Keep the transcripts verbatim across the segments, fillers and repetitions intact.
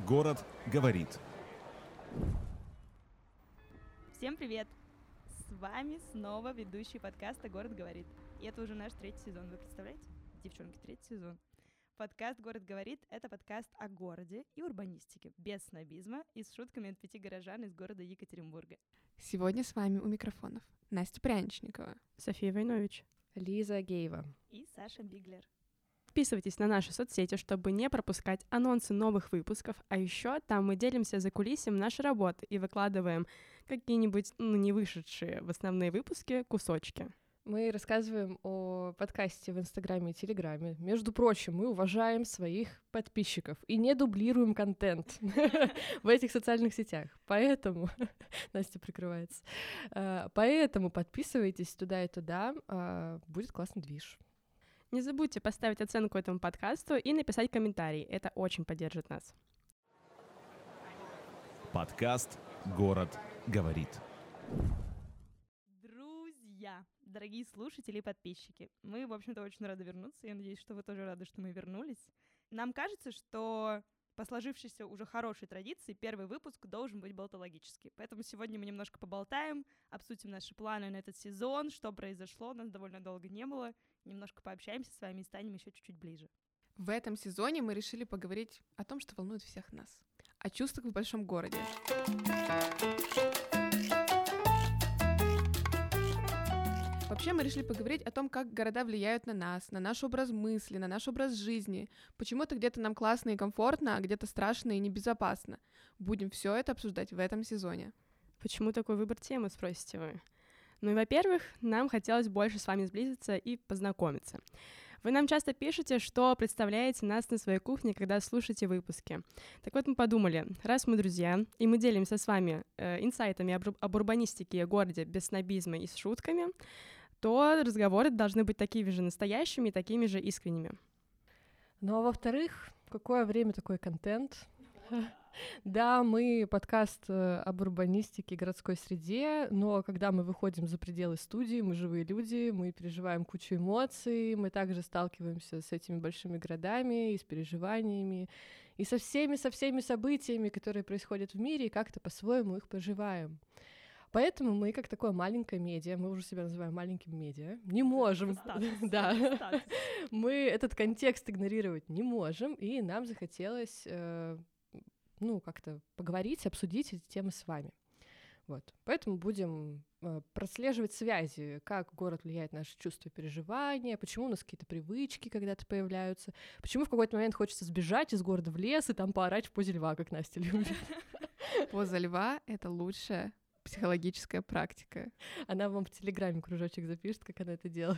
Город говорит. Всем привет! С вами снова ведущий подкаста «Город говорит». И это уже наш третий сезон. Вы представляете? Девчонки, третий сезон. Подкаст «Город говорит» — это подкаст о городе и урбанистике, без снобизма и с шутками от пяти горожан из города Екатеринбурга. Сегодня с вами у микрофонов Настя Пряничникова, София Войнович, Лиза Геева И Саша Биглер. Подписывайтесь на наши соцсети, чтобы не пропускать анонсы новых выпусков, а еще там мы делимся закулисьем нашей работы и выкладываем какие-нибудь, ну, не вышедшие в основные выпуски кусочки. Мы рассказываем о подкасте в Инстаграме и Телеграме. Между прочим, мы уважаем своих подписчиков и не дублируем контент в этих социальных сетях. Поэтому... Настя прикрывается. Поэтому подписывайтесь туда и туда. Будет классный движ. Не забудьте поставить оценку этому подкасту и написать комментарий. Это очень поддержит нас. Подкаст «Город говорит». Друзья, дорогие слушатели и подписчики, мы, в общем-то, очень рады вернуться. Я надеюсь, что вы тоже рады, что мы вернулись. Нам кажется, что по сложившейся уже хорошей традиции первый выпуск должен быть болтологический. Поэтому сегодня мы немножко поболтаем, обсудим наши планы на этот сезон, что произошло, нас довольно долго не было. Немножко пообщаемся с вами и станем еще чуть-чуть ближе. В этом сезоне мы решили поговорить о том, что волнует всех нас. О чувствах в большом городе. Вообще мы решили поговорить о том, как города влияют на нас, на наш образ мысли, на наш образ жизни. Почему это где-то нам классно и комфортно, а где-то страшно и небезопасно. Будем все это обсуждать в этом сезоне. Почему такой выбор темы, спросите вы? Ну и, во-первых, нам хотелось больше с вами сблизиться и познакомиться. Вы нам часто пишете, что представляете нас на своей кухне, когда слушаете выпуски. Так вот, мы подумали, раз мы друзья, и мы делимся с вами э, инсайтами об, об урбанистике и городе без снобизма и с шутками, то разговоры должны быть такими же настоящими и такими же искренними. Ну а во-вторых, какое время такой контент? Да, мы подкаст об урбанистике и городской среде, но когда мы выходим за пределы студии, мы живые люди, мы переживаем кучу эмоций, мы также сталкиваемся с этими большими городами и с переживаниями, и со всеми, со всеми событиями, которые происходят в мире, и как-то по-своему их проживаем. Поэтому мы, как такое маленькое медиа, мы уже себя называем маленьким медиа, не можем, да, мы этот контекст игнорировать не можем, и нам захотелось, э, ну, как-то поговорить, обсудить эти темы с вами. Вот. Поэтому будем э, прослеживать связи, как город влияет на наши чувства и переживания, почему у нас какие-то привычки когда-то появляются, почему в какой-то момент хочется сбежать из города в лес и там поорать в позе льва, как Настя любит. Поза льва — это лучшая психологическая практика. Она вам в Телеграме кружочек запишет, как она это делает.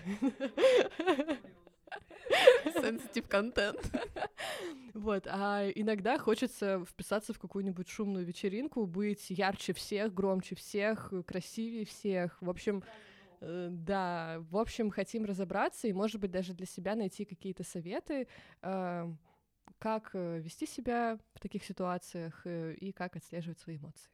Sensitive контент. Вот, а иногда хочется вписаться в какую-нибудь шумную вечеринку, быть ярче всех, громче всех, красивее всех. В общем, э, да, в общем, хотим разобраться и, может быть, даже для себя найти какие-то советы, э, как вести себя в таких ситуациях э, и как отслеживать свои эмоции.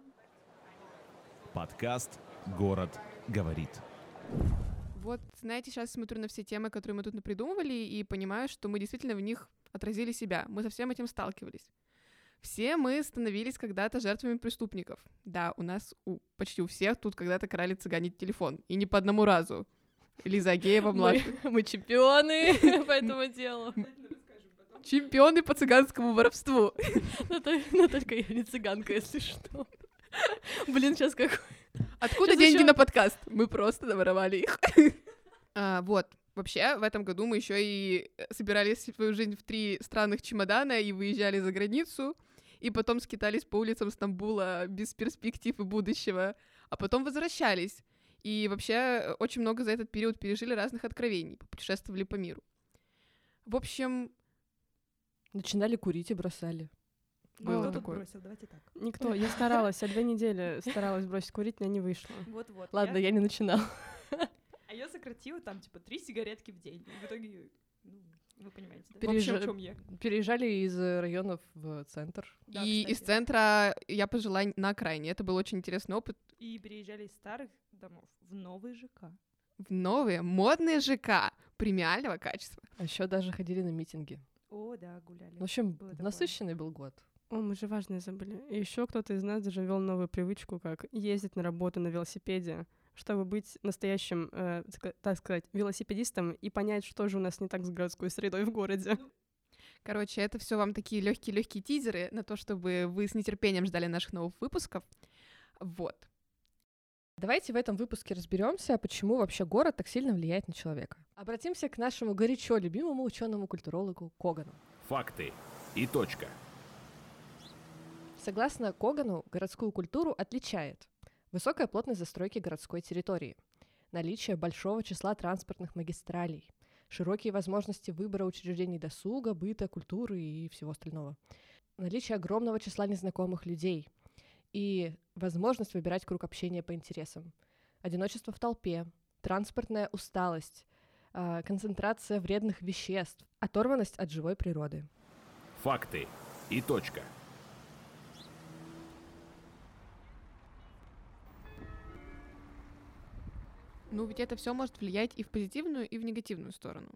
Подкаст «Город говорит». Вот, знаете, сейчас смотрю на все темы, которые мы тут напридумывали, и понимаю, что мы действительно в них отразили себя. Мы со всем этим сталкивались. Все мы становились когда-то жертвами преступников. Да, у нас у, почти у всех тут когда-то крали цыгане телефон. И не по одному разу. Лиза Геева младшая. Мы, мы чемпионы по этому делу. Чемпионы по цыганскому воровству. Но только я не цыганка, если что. Блин, сейчас какой... Откуда сейчас деньги еще... на подкаст? Мы просто наворовали их. а, вот. Вообще, в этом году мы еще и собирали свою жизнь в три странных чемодана и выезжали за границу, и потом скитались по улицам Стамбула без перспектив и будущего, а потом возвращались. И вообще очень много за этот период пережили разных откровений, путешествовали по миру. В общем... Начинали курить и бросали. Было Кто такое. Тут бросил? Давайте так. Никто. Я старалась, я две недели старалась бросить курить, но не вышло. Вот-вот. Ладно, я, я не начинала. А я сократила там, типа, три сигаретки в день. И в итоге, ну, вы понимаете, да? Переезж... В общем, о чём я. Переезжали из районов в центр. Да, и кстати. Из центра я пожила на окраине. Это был очень интересный опыт. И переезжали из старых домов в новые ЖК. В новые, модные ЖК премиального качества. А еще даже ходили на митинги. О, да, гуляли. В общем, Было насыщенный был год. О, мы же важное забыли. Еще кто-то из нас даже ввел новую привычку, как ездить на работу на велосипеде, чтобы быть настоящим, э, так сказать, велосипедистом и понять, что же у нас не так с городской средой в городе. Короче, это все вам такие легкие-легкие тизеры на то, чтобы вы с нетерпением ждали наших новых выпусков. Вот. Давайте в этом выпуске разберемся, почему вообще город так сильно влияет на человека. Обратимся к нашему горячо любимому ученому-культурологу Когану. Факты и точка. Согласно Когану, городскую культуру отличает высокая плотность застройки городской территории, наличие большого числа транспортных магистралей, широкие возможности выбора учреждений досуга, быта, культуры и всего остального, наличие огромного числа незнакомых людей и возможность выбирать круг общения по интересам, одиночество в толпе, транспортная усталость, концентрация вредных веществ, оторванность от живой природы. Факты и точка. Ну, ведь это все может влиять и в позитивную, и в негативную сторону.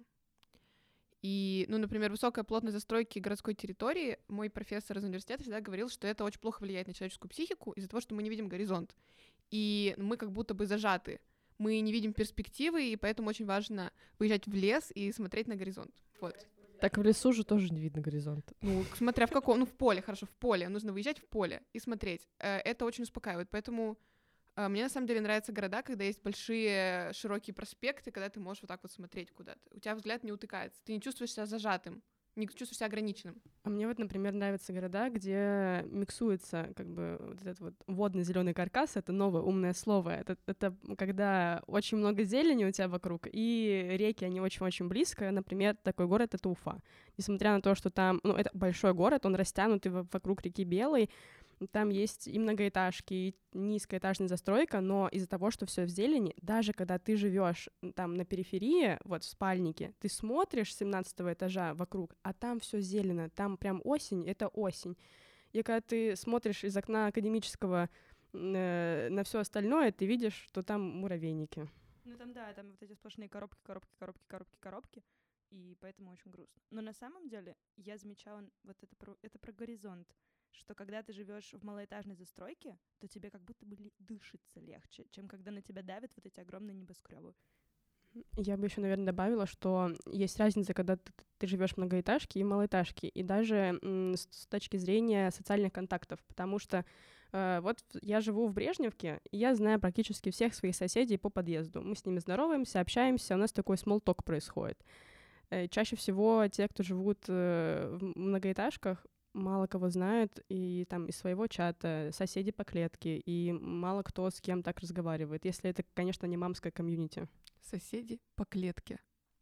И, ну, например, высокая плотность застройки городской территории, мой профессор из университета всегда говорил, что это очень плохо влияет на человеческую психику из-за того, что мы не видим горизонт. И мы как будто бы зажаты. Мы не видим перспективы, и поэтому очень важно выезжать в лес и смотреть на горизонт. Вот. Так в лесу же тоже не видно горизонта. Ну, смотря в каком... Ну, в поле, хорошо, в поле. Нужно выезжать в поле и смотреть. Это очень успокаивает. Поэтому мне на самом деле нравятся города, когда есть большие широкие проспекты, когда ты можешь вот так вот смотреть куда-то. У тебя взгляд не утыкается. Ты не чувствуешь себя зажатым, не чувствуешь себя ограниченным. А мне вот, например, нравятся города, где миксуется как бы вот этот вот водный зеленый каркас, это новое умное слово. Это, это когда очень много зелени у тебя вокруг, и реки, они очень-очень близко. Например, такой город — это Уфа. Несмотря на то, что там, ну, это большой город, он растянутый вокруг реки Белой, там есть и многоэтажки, и низкоэтажная застройка, но из-за того, что все в зелени, даже когда ты живешь там на периферии, вот в спальнике, ты смотришь с семнадцатого этажа вокруг, а там все зелено, там прям осень, это осень. И когда ты смотришь из окна академического э, на все остальное, ты видишь, что там муравейники. Ну там да, там вот эти сплошные коробки, коробки, коробки, коробки, коробки, и поэтому очень грустно. Но на самом деле я замечала вот это про, это про горизонт, что когда ты живешь в малоэтажной застройке, то тебе как будто бы дышится легче, чем когда на тебя давят вот эти огромные небоскребы. Я бы еще, наверное, добавила, что есть разница, когда ты, ты живешь в многоэтажке и малоэтажке, и даже м, с, с точки зрения социальных контактов, потому что э, вот я живу в Брежневке, и я знаю практически всех своих соседей по подъезду. Мы с ними здороваемся, общаемся, у нас такой смолл-ток происходит. Э, чаще всего те, кто живут э, в многоэтажках, мало кого знают, и там из своего чата, соседи по клетке, и мало кто с кем так разговаривает, если это, конечно, не мамское комьюнити. Соседи по клетке.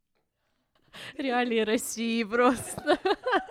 Реалии России просто.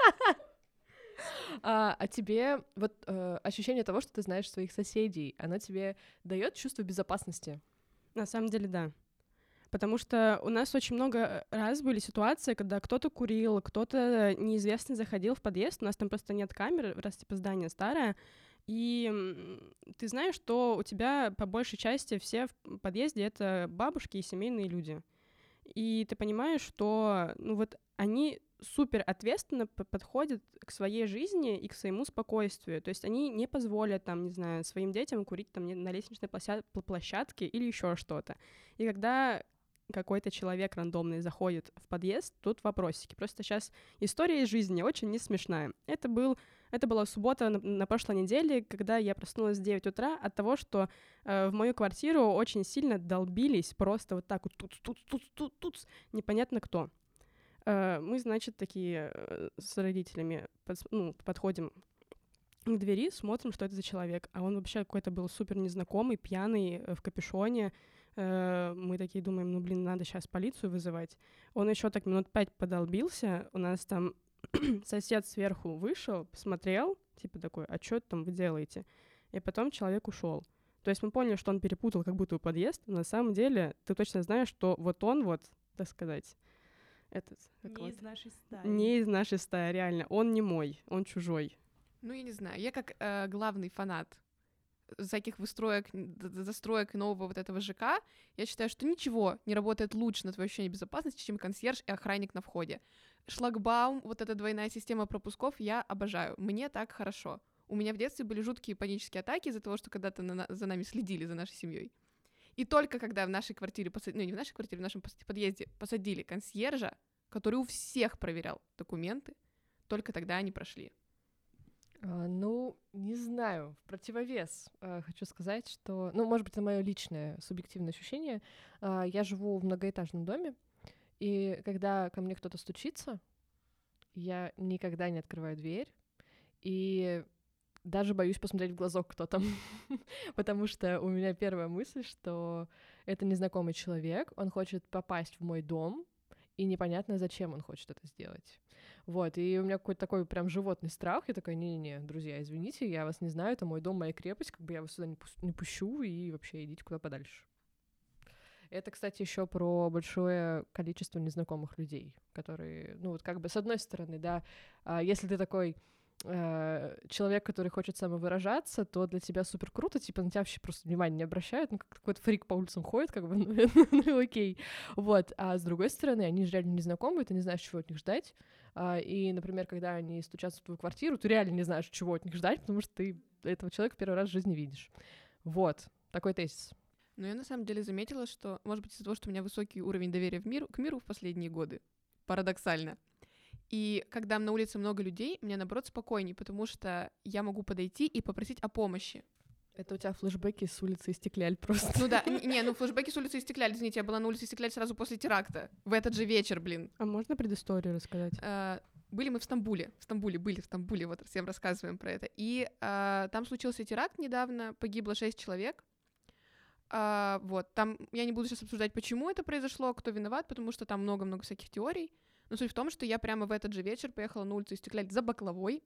А, а тебе вот э, ощущение того, что ты знаешь своих соседей, оно тебе дает чувство безопасности? На самом деле, да. Потому что у нас очень много раз были ситуации, когда кто-то курил, кто-то неизвестный заходил в подъезд, у нас там просто нет камер, раз типа здание старое, и ты знаешь, что у тебя по большей части все в подъезде — это бабушки и семейные люди. И ты понимаешь, что ну вот они супер ответственно подходят к своей жизни и к своему спокойствию. То есть они не позволят, там, не знаю, своим детям курить там на лестничной площадке или еще что-то. И когда какой-то человек рандомный заходит в подъезд, тут вопросики. Просто сейчас история из жизни очень не смешная. Это, был, это была суббота на, на прошлой неделе, когда я проснулась в девять утра от того, что э, в мою квартиру очень сильно долбились просто вот так вот тут-тут-тут-тут-тут, непонятно кто. Э, мы, значит, такие э, с родителями под, ну, подходим к двери, смотрим, что это за человек. А он вообще какой-то был супер незнакомый, пьяный, э, в капюшоне. Мы такие думаем, ну, блин, надо сейчас полицию вызывать. Он еще так минут пять подолбился. У нас там сосед сверху вышел, посмотрел, типа такой, а что там вы делаете? И потом человек ушел. То есть мы поняли, что он перепутал как будто бы подъезд, но на самом деле ты точно знаешь, что вот он вот, так сказать, этот... Не вот, из нашей стаи. Не из нашей стаи, реально. Он не мой, он чужой. Ну, я не знаю, я как э, главный фанат всяких выстроек, застроек и нового вот этого ЖК, я считаю, что ничего не работает лучше на твое ощущение безопасности, чем консьерж и охранник на входе. шлагбаум, вот эта двойная система пропусков, я обожаю. Мне так хорошо. У меня в детстве были жуткие панические атаки из-за того, что когда-то на- за нами следили, за нашей семьей. И только когда в нашей квартире, посад... ну не в нашей квартире, в нашем подъезде посадили консьержа, который у всех проверял документы, только тогда они прошли. А, ну, не знаю, в противовес а, хочу сказать, что, ну, может быть, это мое личное субъективное ощущение. А, я живу в многоэтажном доме, и когда ко мне кто-то стучится, я никогда не открываю дверь, и даже боюсь посмотреть в глазок, кто там, потому что у меня первая мысль, что это незнакомый человек, он хочет попасть в мой дом, и непонятно, зачем он хочет это сделать. Вот, и у меня какой-то такой прям животный страх, я такая, не-не-не, друзья, извините, я вас не знаю, это мой дом, моя крепость, как бы я вас сюда не, пу- не пущу, и вообще идите куда подальше. Это, кстати, еще про большое количество незнакомых людей, которые, ну вот как бы с одной стороны, да, а, если ты такой э, человек, который хочет самовыражаться, то для тебя супер круто, типа на тебя вообще просто внимания не обращают, ну как какой-то фрик по улицам ходит, как бы, ну, ну окей, вот, а с другой стороны, они же реально незнакомые, ты не знаешь, чего от них ждать, а, и, например, когда они стучатся в твою квартиру, ты реально не знаешь, чего от них ждать, потому что ты этого человека первый раз в жизни видишь, вот, такой тезис. Но я на самом деле заметила, что, может быть, из-за того, что у меня высокий уровень доверия в миру, к миру в последние годы, парадоксально. И когда на улице много людей, мне, наоборот, спокойней, потому что я могу подойти и попросить о помощи. Это у тебя флешбеки с улицы Истекляль просто. Ну да, н- не, ну флешбеки с улицы Истекляль, извините, я была на улице Истекляль сразу после теракта, в этот же вечер, блин. А можно предысторию рассказать? Э, Были мы в Стамбуле, в Стамбуле, были в Стамбуле, вот всем рассказываем про это. И э, там случился теракт недавно, погибло шесть человек. А, вот, там я не буду сейчас обсуждать, почему это произошло, кто виноват, потому что там много-много всяких теорий. Но суть в том, что я прямо в этот же вечер поехала на улицу Истекляль за баклавой.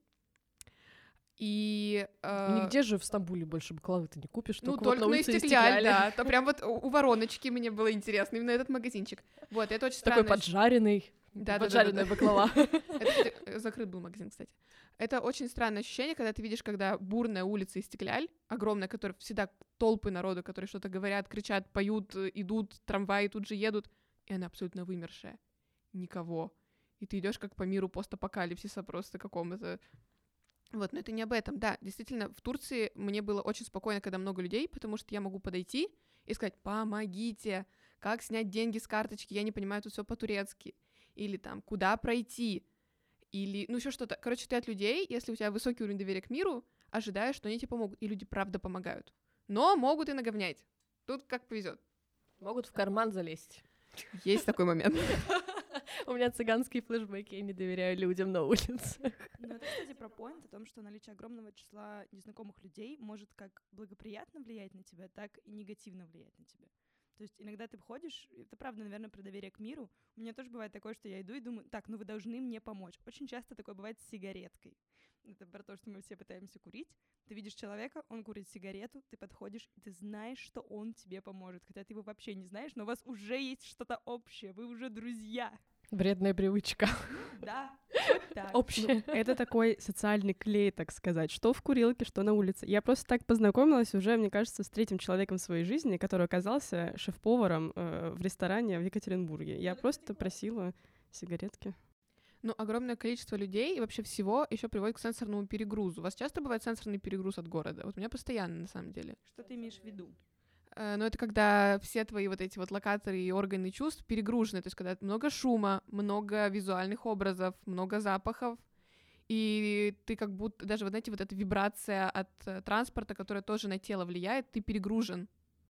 И... э, Нигде же в Стамбуле больше баклавы ты не купишь, ну, только, вот только на на улице Истекляль, Истекляль. да. То прям вот у у вороночки мне было интересно, именно этот магазинчик. Вот, это очень странно. Такой поджаренный, Да, да, да, поджаренная да. баклава. Это, кстати, закрыт был магазин, кстати. Это очень странное ощущение, когда ты видишь, когда бурная улица Истекляль, огромная, которая всегда толпы народу, которые что-то говорят, кричат, поют, идут, трамваи тут же едут, и она абсолютно вымершая. Никого. И ты идешь как по миру постапокалипсиса просто какому-то. Вот, но это не об этом. Да, действительно, в Турции мне было очень спокойно, когда много людей, потому что я могу подойти и сказать: помогите, как снять деньги с карточки, я не понимаю, тут все по-турецки. Или там, куда пройти, или, ну, еще что-то. Короче, ты от людей, если у тебя высокий уровень доверия к миру, ожидаешь, что они тебе помогут, и люди правда помогают. Но могут и наговнять. Тут как повезет. Могут в карман залезть. Есть такой момент. У меня цыганские флешбеки, я не доверяю людям на улице. Ну, это, кстати, про поинт о том, что наличие огромного числа незнакомых людей может как благоприятно влиять на тебя, так и негативно влиять на тебя. То есть иногда ты входишь, это правда, наверное, про доверие к миру. У меня тоже бывает такое, что я иду и думаю: так, ну вы должны мне помочь. Очень часто такое бывает с сигареткой. Это про то, что мы все пытаемся курить. Ты видишь человека, он курит сигарету, ты подходишь, и ты знаешь, что он тебе поможет. Хотя ты его вообще не знаешь, но у вас уже есть что-то общее, вы уже друзья. Вредная привычка. Да, вот так. Общая. Это такой социальный клей, так сказать, что в курилке, что на улице. Я просто так познакомилась уже, мне кажется, с третьим человеком в своей жизни, который оказался шеф-поваром э, в ресторане в Екатеринбурге. Я просто просила сигаретки. Ну, огромное количество людей и вообще всего еще приводит к сенсорному перегрузу. У вас часто бывает сенсорный перегруз от города? Вот у меня постоянно, на самом деле. Что ты имеешь в виду? Э, Но это когда все твои вот эти вот локаторы и органы чувств перегружены, то есть когда много шума, много визуальных образов, много запахов, и ты как будто, даже, вот знаете, вот эта вибрация от э, транспорта, которая тоже на тело влияет, ты перегружен.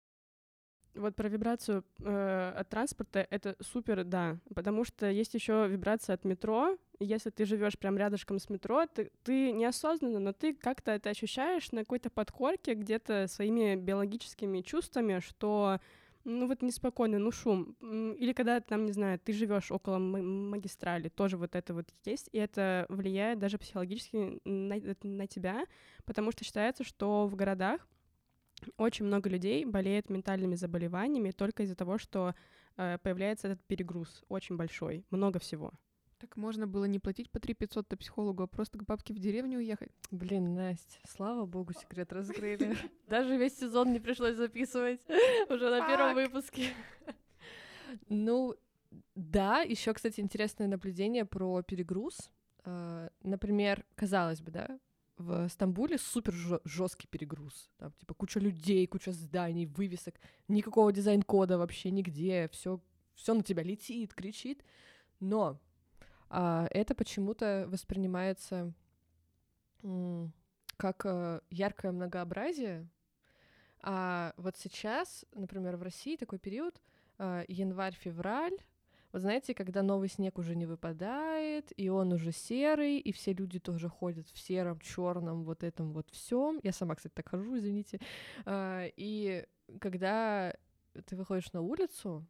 Вот про вибрацию э, от транспорта это супер, да, потому что есть еще вибрация от метро. И если ты живешь прям рядышком с метро, ты, ты неосознанно, но ты как-то это ощущаешь на какой-то подкорке где-то своими биологическими чувствами, что ну вот неспокойно, ну шум. М, Или когда там, не знаю, ты живешь около м- магистрали, тоже вот это вот есть, и это влияет даже психологически на, на тебя, потому что считается, что в городах очень много людей болеет ментальными заболеваниями только из-за того, что э, появляется этот перегруз очень большой, много всего. Так можно было не платить по три пятьсот на психологу, а просто к бабке в деревню уехать. Блин, Настя, слава богу, секрет раскрыли. Даже весь сезон не пришлось записывать уже на первом выпуске. Ну, Да, еще, кстати, интересное наблюдение про перегруз. Э, Например, казалось бы, да, в Стамбуле супер жесткий перегруз. Там, типа, куча людей, куча зданий, вывесок, никакого дизайн-кода вообще нигде, все, все на тебя летит, кричит. Но а, это почему-то воспринимается м, как а, яркое многообразие. А вот сейчас, например, в России такой период, а, январь-февраль, вот знаете, когда новый снег уже не выпадает, и он уже серый, и все люди тоже ходят в сером, черном, вот этом вот всем. Я сама, кстати, так хожу, извините. А, и когда ты выходишь на улицу,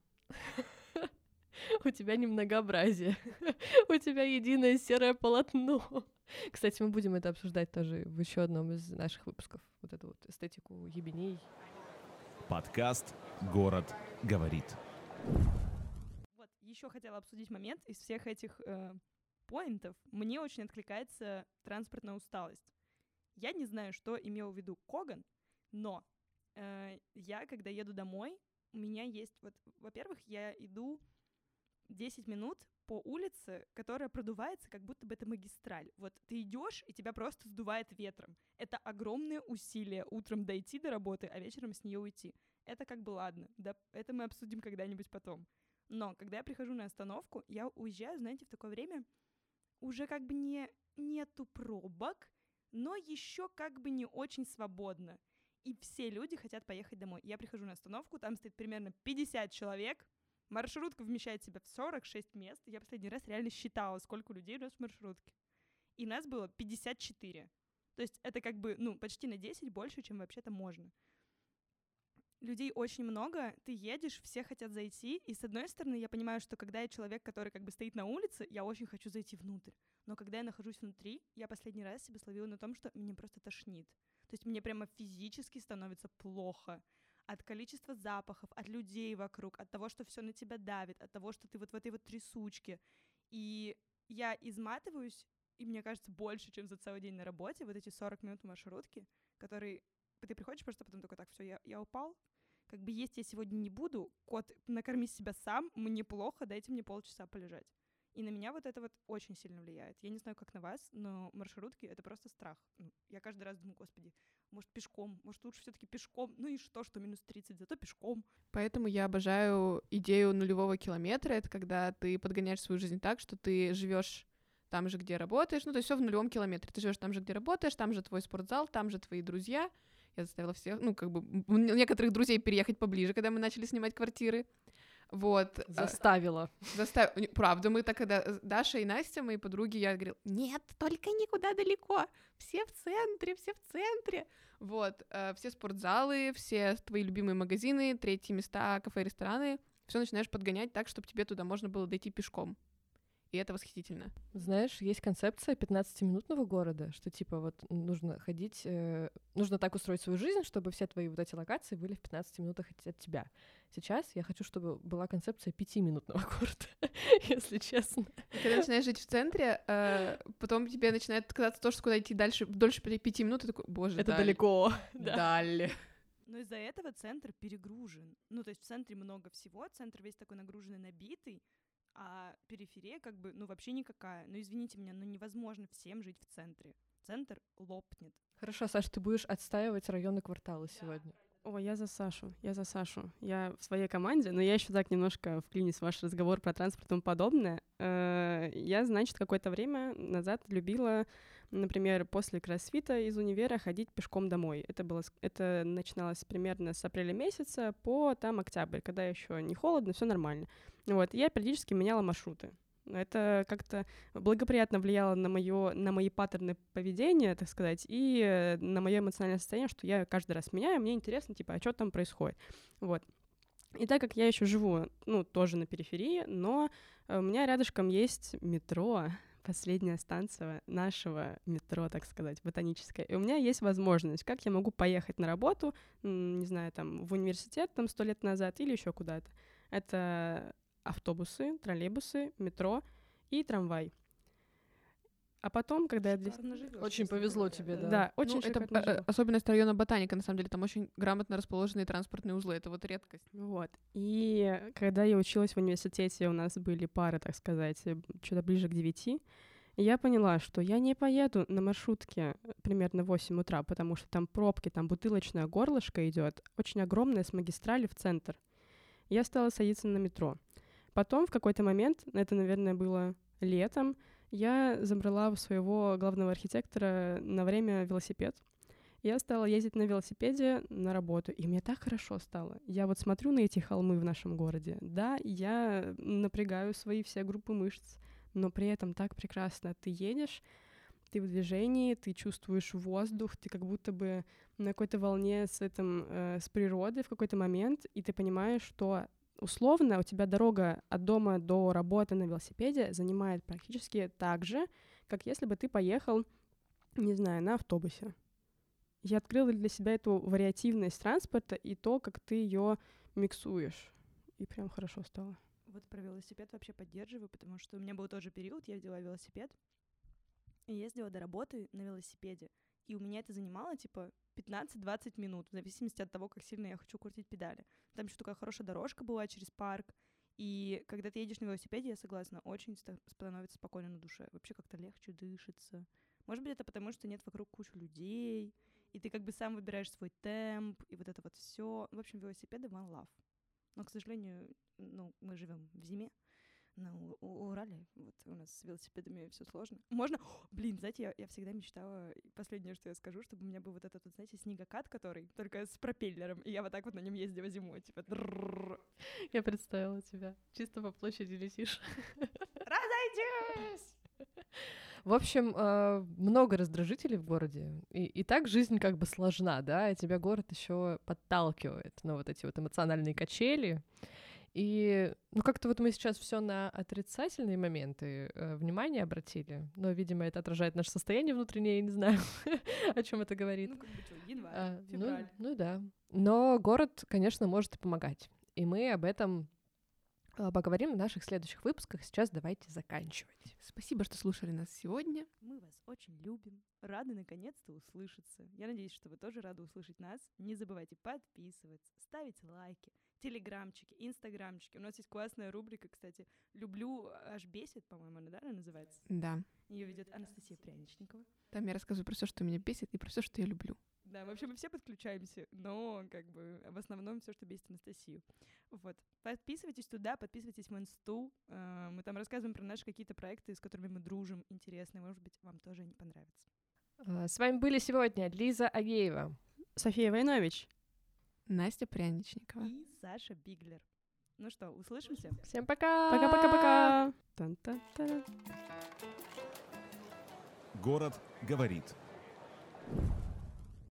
у тебя не многообразие, у тебя единое серое полотно. Кстати, мы будем это обсуждать тоже в еще одном из наших выпусков, вот эту вот эстетику ебеней. Подкаст «Город говорит». Вот, еще хотела обсудить момент из всех этих э, поинтов. Мне очень откликается транспортная усталость. Я не знаю, что имел в виду Коган, но э, я, когда еду домой, у меня есть, вот, во-первых, я иду десять минут по улице, которая продувается, как будто бы это магистраль. Вот ты идешь, и тебя просто сдувает ветром. Это огромное усилие утром дойти до работы, а вечером с нее уйти. Это как бы ладно, да, это мы обсудим когда-нибудь потом. Но когда я прихожу на остановку, я уезжаю, знаете, в такое время уже как бы не нету пробок, но еще как бы не очень свободно. И все люди хотят поехать домой. Я прихожу на остановку, там стоит примерно пятьдесят человек, маршрутка вмещает в себя в сорок шесть мест. Я последний раз реально считала, сколько людей у нас в маршрутке. И нас было пятьдесят четыре. То есть это как бы, ну, почти на десять больше, чем вообще-то можно. Людей очень много, ты едешь, все хотят зайти, и с одной стороны я понимаю, что когда я человек, который как бы стоит на улице, я очень хочу зайти внутрь, но когда я нахожусь внутри, я последний раз себя словила на том, что меня просто тошнит. То есть мне прямо физически становится плохо от количества запахов, от людей вокруг, от того, что все на тебя давит, от того, что ты вот в этой вот трясучке. И я изматываюсь, и мне кажется, больше, чем за целый день на работе, вот эти сорок минут в маршрутке, которые ты приходишь просто потом такой, так, все, я, я упал, как бы есть я сегодня не буду, кот, накорми себя сам, мне плохо, дайте мне полчаса полежать. И на меня вот это вот очень сильно влияет. Я не знаю, как на вас, но маршрутки — это просто страх. Ну, я каждый раз думаю, господи, может, пешком, может, лучше все-таки пешком, ну и что, что минус тридцать, зато пешком. Поэтому я обожаю идею нулевого километра. Это когда ты подгоняешь свою жизнь так, что ты живешь там же, где работаешь, ну, то есть все в нулевом километре. Ты живешь там же, где работаешь, там же твой спортзал, там же твои друзья. Я заставила всех, ну, как бы, некоторых друзей переехать поближе, когда мы начали снимать квартиры. Вот. Заставила. Застав... Правда, мы так, когда Даша и Настя, мои подруги, я говорила, нет, только никуда далеко, все в центре, все в центре. Вот, все спортзалы, все твои любимые магазины, третьи места, кафе, рестораны, все начинаешь подгонять так, чтобы тебе туда можно было дойти пешком. И это восхитительно. Знаешь, есть концепция пятнадцатиминутного города, что типа вот нужно ходить, э, нужно так устроить свою жизнь, чтобы все твои вот эти локации были в пятнадцати минутах от тебя. Сейчас я хочу, чтобы была концепция пятиминутного города, если честно. Когда начинаешь жить в центре, э, потом тебе начинает казаться то, что куда идти дальше, дольше пяти минут, и такой, боже, это даль, далеко. Далее. Но из-за этого центр перегружен. Ну, то есть в центре много всего, центр весь такой нагруженный, набитый, а периферия как бы, ну, вообще никакая. Ну, извините меня, но невозможно всем жить в центре. Центр лопнет. Хорошо, Саша, ты будешь отстаивать районы квартала сегодня. О, я за Сашу, я за Сашу. Я в своей команде, но я еще так немножко вклинюсь в ваш разговор про транспорт и тому подобное. Я, значит, какое-то время назад любила, например, после кроссфита из универа ходить пешком домой. Это было, это начиналось примерно с апреля месяца по там октябрь, когда еще не холодно, все нормально. Вот, и я периодически меняла маршруты. Это как-то благоприятно влияло на, моё, на мои паттерны поведения, так сказать, и на мое эмоциональное состояние, что я каждый раз меняю, мне интересно, типа, а что там происходит. Вот. И так как я еще живу, ну, тоже на периферии, но у меня рядышком есть метро, последняя станция нашего метро, так сказать, ботаническое. И у меня есть возможность, как я могу поехать на работу, не знаю, там, в университет, там, сто лет назад или еще куда-то. Это автобусы, троллейбусы, метро и трамвай. А потом, когда я для... Шикарно живёшь, Очень честно повезло говоря. тебе, да. Да, очень Ну, это шикарно э, живу. особенность района Ботаника, на самом деле, там очень грамотно расположенные транспортные узлы, это вот редкость. Вот. И когда я училась в университете, у нас были пары, так сказать, э, что-то ближе к девяти, и я поняла, что я не поеду на маршрутке примерно в восемь утра, потому что там пробки, там бутылочное горлышко идет, очень огромное, с магистрали в центр. Я стала садиться на метро. Потом в какой-то момент, это, наверное, было летом, я забрала у своего главного архитектора на время велосипед. Я стала ездить на велосипеде на работу, и мне так хорошо стало. Я вот смотрю на эти холмы в нашем городе. Да, я напрягаю свои все группы мышц, но при этом так прекрасно. Ты едешь, ты в движении, ты чувствуешь воздух, ты как будто бы на какой-то волне с, этим, э, с природой в какой-то момент, и ты понимаешь, что условно у тебя дорога от дома до работы на велосипеде занимает практически так же, как если бы ты поехал, не знаю, на автобусе. Я открыла для себя эту вариативность транспорта и то, как ты ее миксуешь. И прям хорошо стало. Вот про велосипед вообще поддерживаю, потому что у меня был тоже период, я взяла велосипед и ездила до работы на велосипеде. И у меня это занимало, типа, пятнадцать-двадцать минут, в зависимости от того, как сильно я хочу крутить педали. Там еще такая хорошая дорожка была через парк. И когда ты едешь на велосипеде, я согласна, очень ста- становится спокойно на душе. Вообще как-то легче дышится. Может быть, это потому, что нет вокруг кучи людей, и ты как бы сам выбираешь свой темп, и вот это вот все. В общем, велосипеды one love. Но, к сожалению, ну, мы живем в зиме на У- У- Урале. Вот у нас с велосипедами все сложно. Можно... О, блин, знаете, я, я всегда мечтала, и последнее, что я скажу, чтобы у меня был вот этот, вот, знаете, снегокат, который только с пропеллером, и я вот так вот на нем ездила зимой, типа... дрррррр. Я представила тебя. Чисто по площади летишь. Разойдись! В общем, э, много раздражителей в городе. И, и так жизнь как бы сложна, да, и тебя город еще подталкивает на вот эти вот эмоциональные качели. И, ну, как-то вот мы сейчас все на отрицательные моменты э, внимание обратили, но, видимо, это отражает наше состояние внутреннее, я не знаю, о чем это говорит. Ну, как бы что, январь, А, ну, февраль. ну да. Но город, конечно, может и помогать. И мы об этом а, поговорим в наших следующих выпусках. Сейчас давайте заканчивать. Спасибо, что слушали нас сегодня. Мы вас очень любим. Рады наконец-то услышаться. Я надеюсь, что вы тоже рады услышать нас. Не забывайте подписываться, ставить лайки, телеграмчики, инстаграмчики. У нас есть классная рубрика, кстати, «Люблю, аж бесит», по-моему, она, да, она называется? Да. Ее ведет Анастасия Пряничникова. Там я рассказываю про все, что меня бесит, и про все, что я люблю. Да, вообще мы все подключаемся, но как бы в основном все, что бесит Анастасию. Вот. Подписывайтесь туда, подписывайтесь в инсту. Э, Мы там рассказываем про наши какие-то проекты, с которыми мы дружим, интересные. Может быть, вам тоже они понравятся. А, С вами были сегодня Лиза Агеева. София Войнович. Настя Пряничникова. И Саша Биглер. Ну что, услышимся? Всем пока! Пока-пока-пока. Тан-та-та-та. Город говорит.